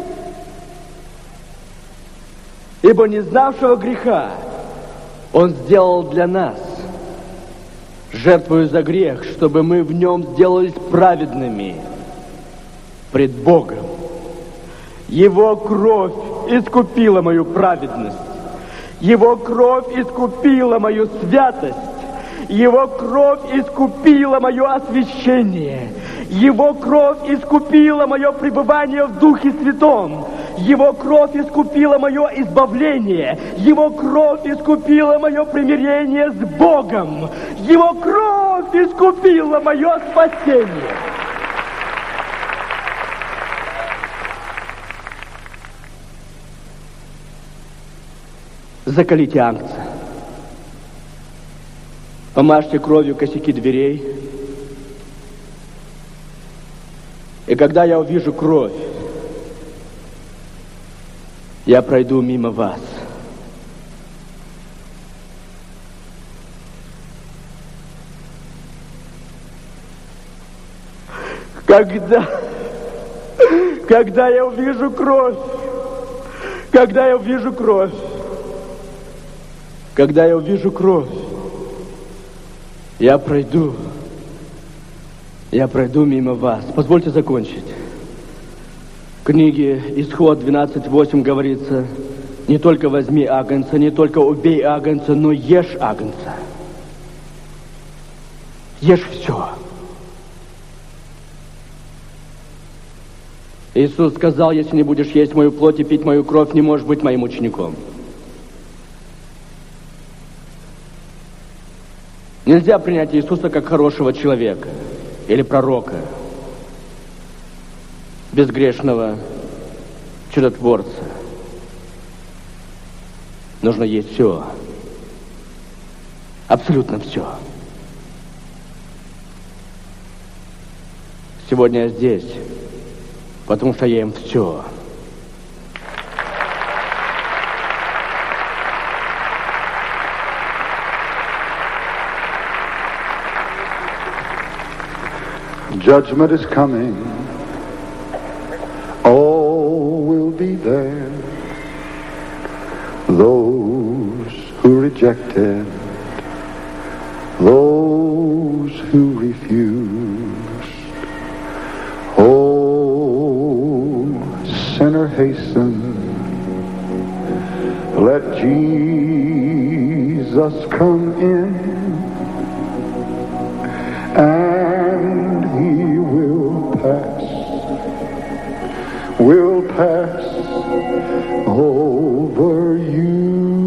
Ибо не знавшего греха Он сделал для нас жертвою за грех, чтобы мы в нем сделались праведными пред Богом. Его кровь искупила мою праведность. Его кровь искупила мою святость. Его кровь искупила мое освящение. Его кровь искупила мое пребывание в Духе Святом. Его кровь искупила мое избавление. Его кровь искупила мое примирение с Богом. Его кровь искупила мое спасение. Заколите агнца. Помажьте кровью косяки дверей. И когда я увижу кровь, я пройду мимо вас. Когда я увижу кровь, когда я увижу кровь, когда я увижу кровь, я пройду мимо вас. Позвольте закончить. В книге Исход 12:8 говорится: не только возьми агнца, не только убей агнца, но ешь агнца. Ешь все. Иисус сказал: если не будешь есть мою плоть и пить мою кровь, не можешь быть моим учеником. Нельзя принять Иисуса как хорошего человека или пророка, безгрешного чудотворца. нужно есть все. Абсолютно все. Сегодня я здесь, потому что я ем все. Judgment is coming. All will be there. Those who rejected, those who refused. Oh, sinner, hasten. Let Jesus come in, and he will pass over you.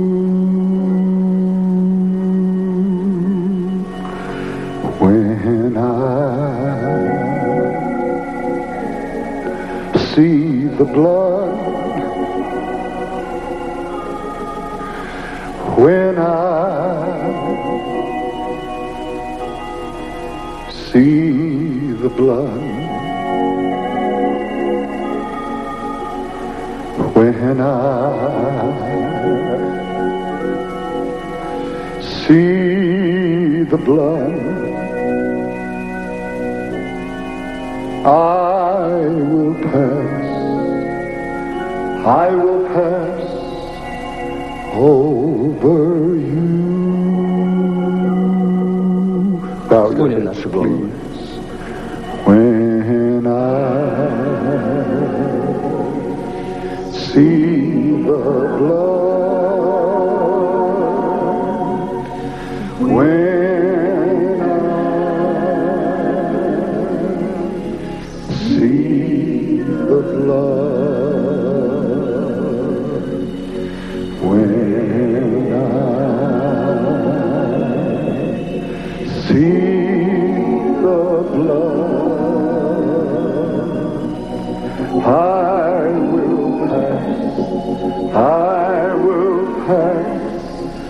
When I see the blood, when I see the blood, when I see the blood, I will pass over you. Bow your heads, please. When I see the blood, when I see the blood, when I see the blood, I will pass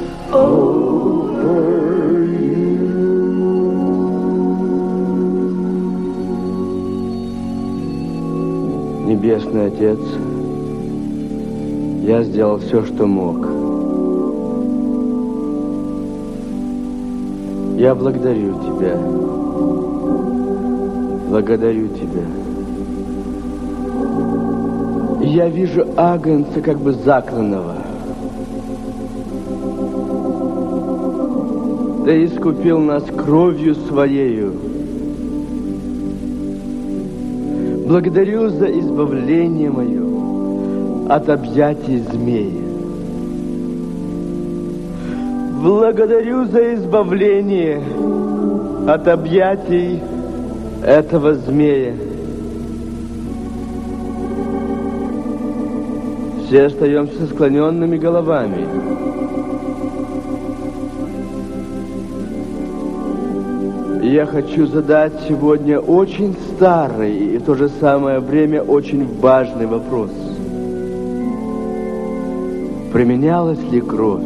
over you. Небесный Отец, я сделал все, что мог. Я благодарю Тебя. Благодарю Тебя. Я вижу агнца, как бы закланного. Ты искупил нас кровью Своею. Благодарю за избавление мое от объятий змея. Благодарю за избавление от объятий этого змея. Все остаемся склоненными головами. Я хочу задать сегодня очень старый и в то же самое время очень важный вопрос. Применялась ли кровь?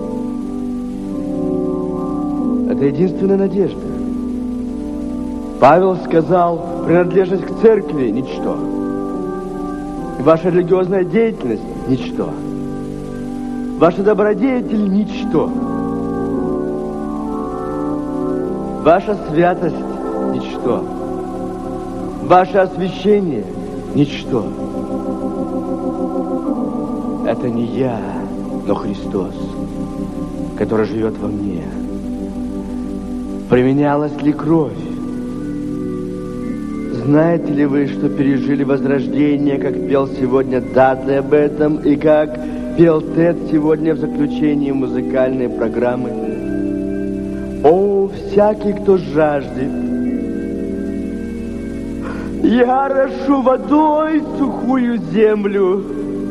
Это единственная надежда. Павел сказал, принадлежность к церкви – ничто. Ваша религиозная деятельность – ничто. Ваша добродетель – ничто. Ваша святость – ничто. Ваше освящение – ничто. Это не я, но Христос, который живет во мне. Применялась ли кровь? Знаете ли вы, что пережили возрождение, как пел сегодня Дадли об этом, и как пел Тед сегодня в заключении музыкальной программы? О, всякий, кто жаждет, я рошу водой сухую землю.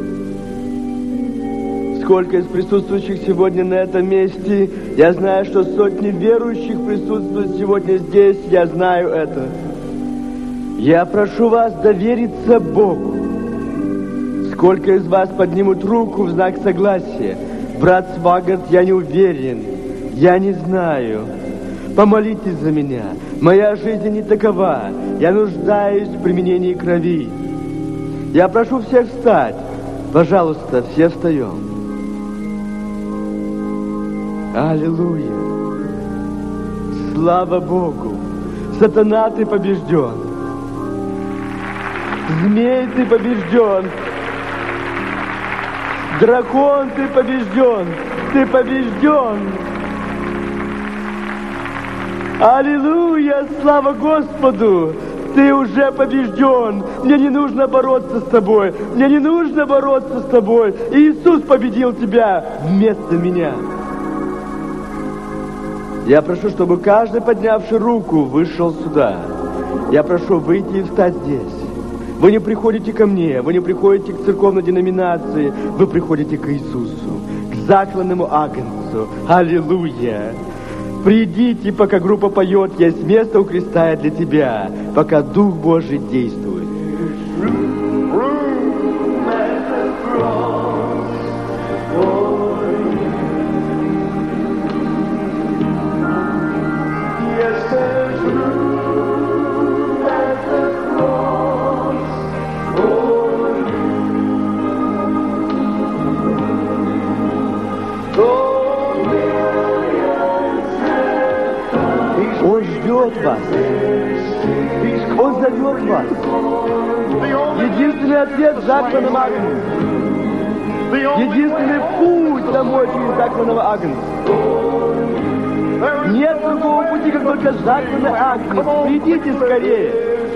Сколько из присутствующих сегодня на этом месте, я знаю, что сотни верующих присутствуют сегодня здесь, я знаю это. Я прошу вас довериться Богу. Сколько из вас поднимут руку в знак согласия? Брат Свагард, я не уверен. Я не знаю. Помолитесь за меня. Моя жизнь не такова. Я нуждаюсь в применении крови. Я прошу всех встать. Пожалуйста, все встаем. Аллилуйя. Слава Богу. Сатана, ты побежден. Змей, ты побежден. Дракон, ты побежден. Ты побежден. Аллилуйя, слава Господу. Ты уже побежден. Мне не нужно бороться с тобой. Мне не нужно бороться с тобой. Иисус победил тебя вместо меня. Я прошу, чтобы каждый, поднявший руку, вышел сюда. Я прошу выйти и встать здесь. Вы не приходите ко мне, вы не приходите к церковной деноминации, вы приходите к Иисусу, к закланному Агнцу. Аллилуйя! Придите, пока группа поет, есть место у креста для тебя, пока Дух Божий действует. Он ждет вас. Он зовет вас. Единственный ответ – закланного Агнца. Единственный путь домой через закланного Агнца. Нет другого пути, как только закланный Агнец. Придите скорее.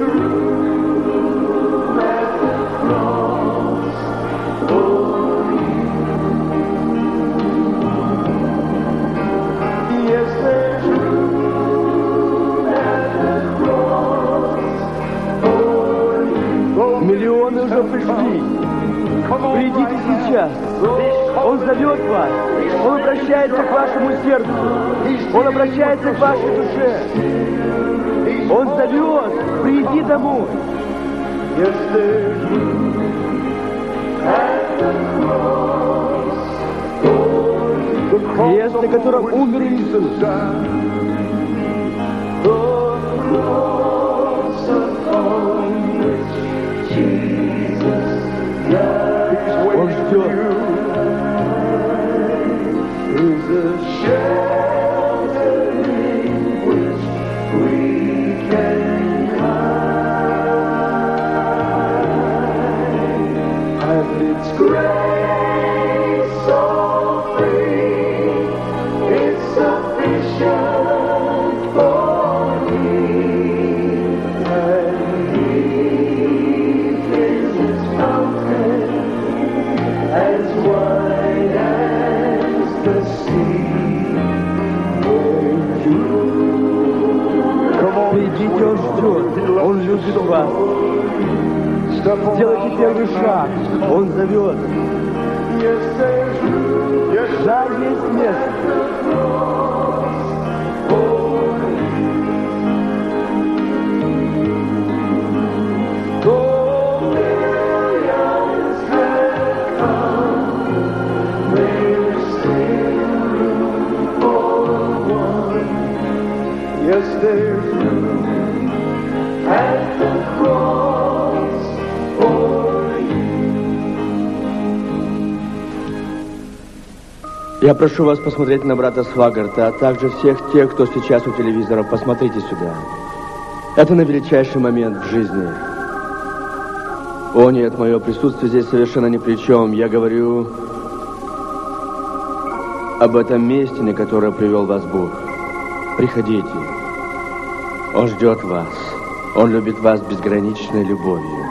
Миллионы уже пришли. Придите сейчас. Он зовет вас. Он обращается к вашему сердцу. Он обращается к вашей душе. Он зовет. Приди домой. Крест, на котором умер Иисус. Он ждет. Придите, он ждет. Он любит вас. Сделайте первый шаг. Он зовет. Да, есть место. Yes, there's room at the cross for you. Я прошу вас посмотреть на брата Свагарта, а также всех тех, кто сейчас у телевизоров. Посмотрите сюда. Это на величайший момент в жизни. О нет, мое присутствие здесь совершенно ни при чем. Я говорю об этом месте, на которое привел вас Бог. Приходите. Он ждет вас. Он любит вас безграничной любовью.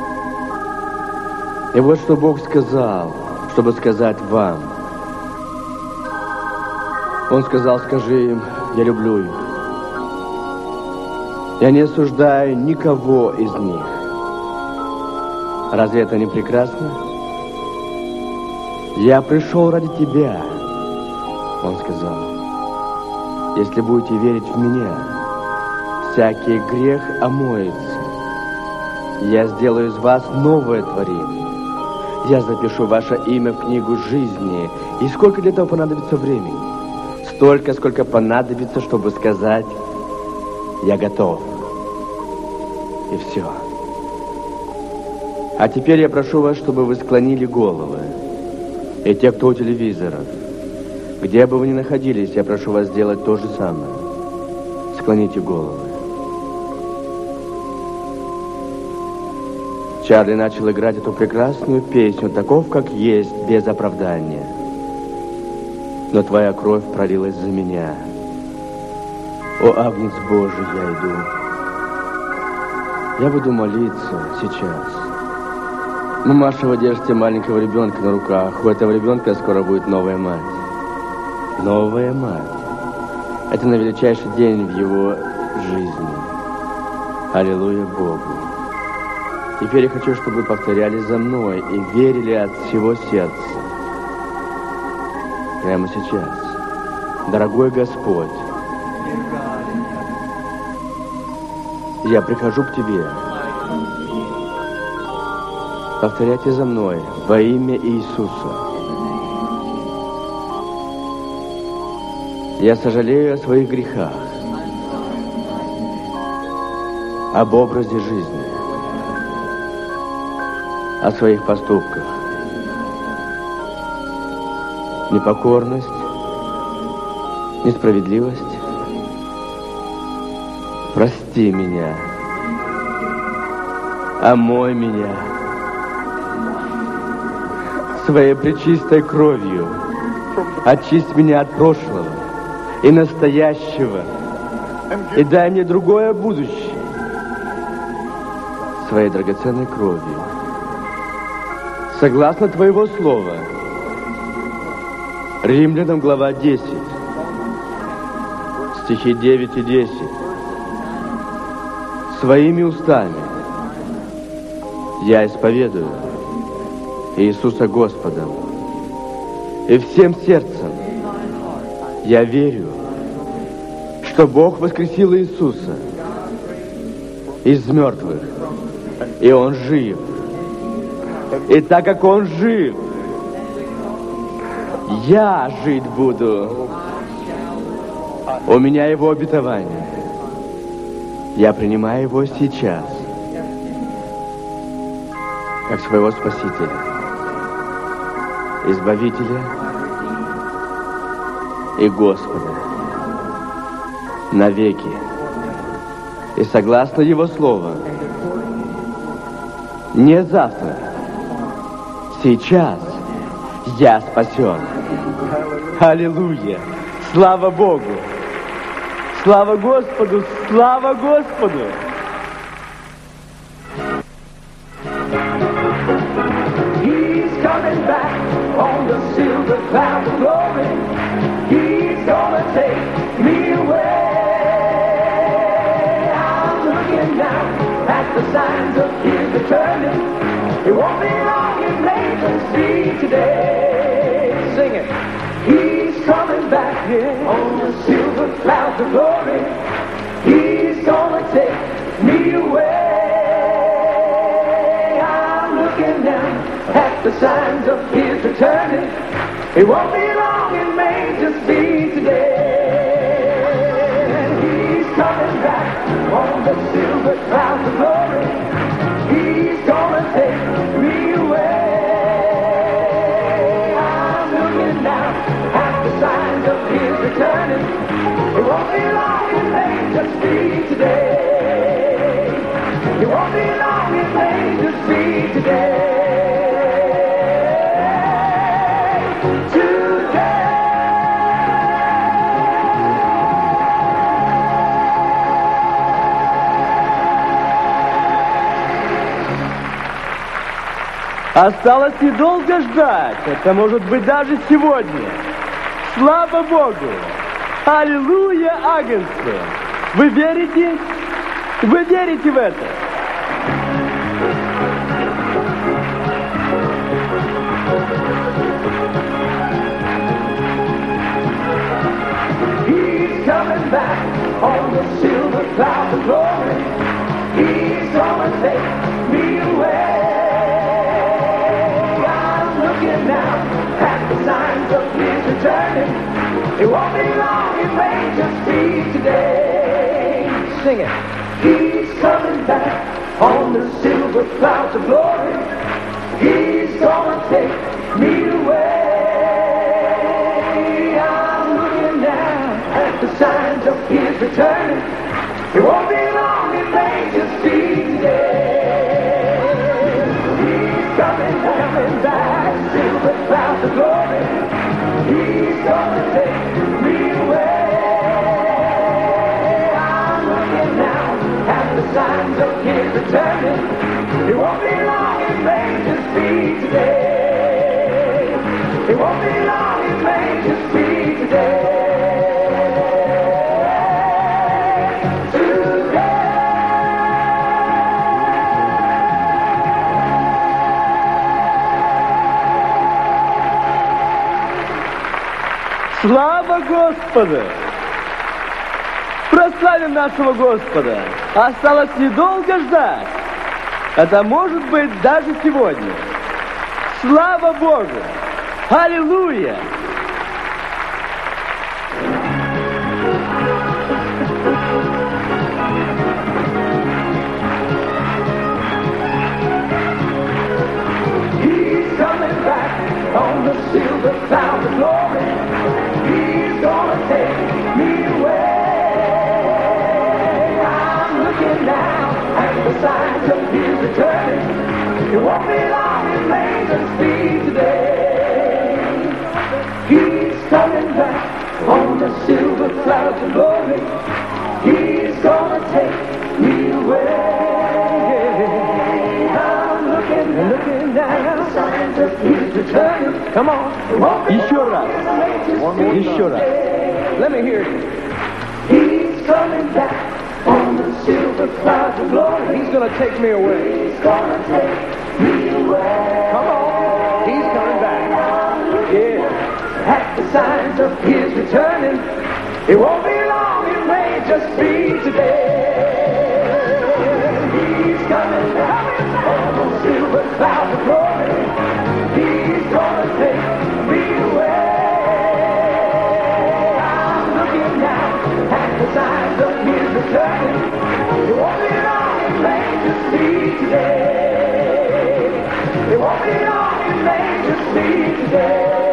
И вот что Бог сказал, чтобы сказать вам. Он сказал, скажи им, я люблю их. Я не осуждаю никого из них. Разве это не прекрасно? Я пришел ради тебя, он сказал. Если будете верить в меня, всякий грех омоется. Я сделаю из вас новое творение. Я запишу ваше имя в книгу жизни И сколько для этого понадобится времени? Столько, сколько понадобится, чтобы сказать: я готов. И все. А теперь я прошу вас, чтобы вы склонили головы. И те, кто у телевизоров, где бы вы ни находились, я прошу вас сделать то же самое. Склоните головы. Чарли начал играть эту прекрасную песню, таков, как есть, без оправдания. Но твоя кровь пролилась за меня. О, Агнец Божий, я иду. Я буду молиться сейчас. Мамаша, вы держите маленького ребенка на руках. У этого ребенка скоро будет новая мать. Новая мать. Это на величайший день в его жизни. Аллилуйя Богу. Теперь я хочу, чтобы вы повторяли за мной и верили от всего сердца. Прямо сейчас. Дорогой Господь, я прихожу к Тебе. Повторяйте за мной во имя Иисуса. Я сожалею о своих грехах, об образе жизни, о своих поступках. Непокорность, несправедливость. Прости меня, омой меня своей пречистой кровью. Очисть меня от прошлого и настоящего, и дай мне другое будущее своей драгоценной кровью. Согласно Твоего слова, Римлянам глава 10, стихи 9 и 10. Своими устами я исповедую Иисуса Господом, и всем сердцем я верю, что Бог воскресил Иисуса из мертвых, и Он жив. И так как Он жив, я жить буду. У меня Его обетование. Я принимаю Его сейчас, как своего Спасителя, Избавителя и Господа навеки. И согласно Его Слову, не завтра, сейчас я спасен. Аллилуйя! Слава Богу! Слава Господу! Слава Господу! He's coming back on the silver cloud of glory. He's gonna take me away. I'm looking now at the signs of his returning. It won't be long, it may just be today. Sing it. He's coming back here on the silver clouds of glory. He's gonna take me away. I'm looking down at the signs of his returning. It won't be long, it may just be today. He's coming back on the silver clouds of glory. He's gonna take me away. I'm looking down at the signs of his returning. It won't be long, it may just be today. It won't be long, it may just be today. Осталось недолго ждать. Это может быть даже сегодня. Слава Богу! Аллилуйя, агнцы! Вы верите? Вы верите в это? He's coming back on the silver cloud of glory. He's gonna take me away. I'm looking now at the signs of It won't be long, it may just be today. Sing it. He's coming back on the silver clouds of glory. He's gonna take me away. I'm looking now at the signs of his return. It won't be long, it may just be today. He's coming back, silver clouds of glory. He's gonna take me away. I'm looking now at the signs of his returning. It won't be long, it may just be today. It won't be long, it may just be today. Слава Господу! Прославим нашего Господа! Осталось недолго ждать. Это может быть даже сегодня. Слава Богу! Аллилуйя! He's coming back on the silver cloud of glory. He's gonna take me away. I'm looking now at the signs of his returning. It won't be long, it may just be today. He's coming back on the silver clouds of glory. He's gonna take me away. I'm looking now at the signs of his returning. Come on. Еще раз. Еще раз. Let me hear you. He's coming back on the silver clouds of glory. He's going to take me away. He's gonna take me away. Come on. He's coming back. Yeah. At the signs of his returning, it won't be long, it may just be today. He's coming back on the silver clouds of glory. He's gonna take me away. I'm looking now at the signs of his returning. It won't be long, it may just be today. It won't be long, it may just be today.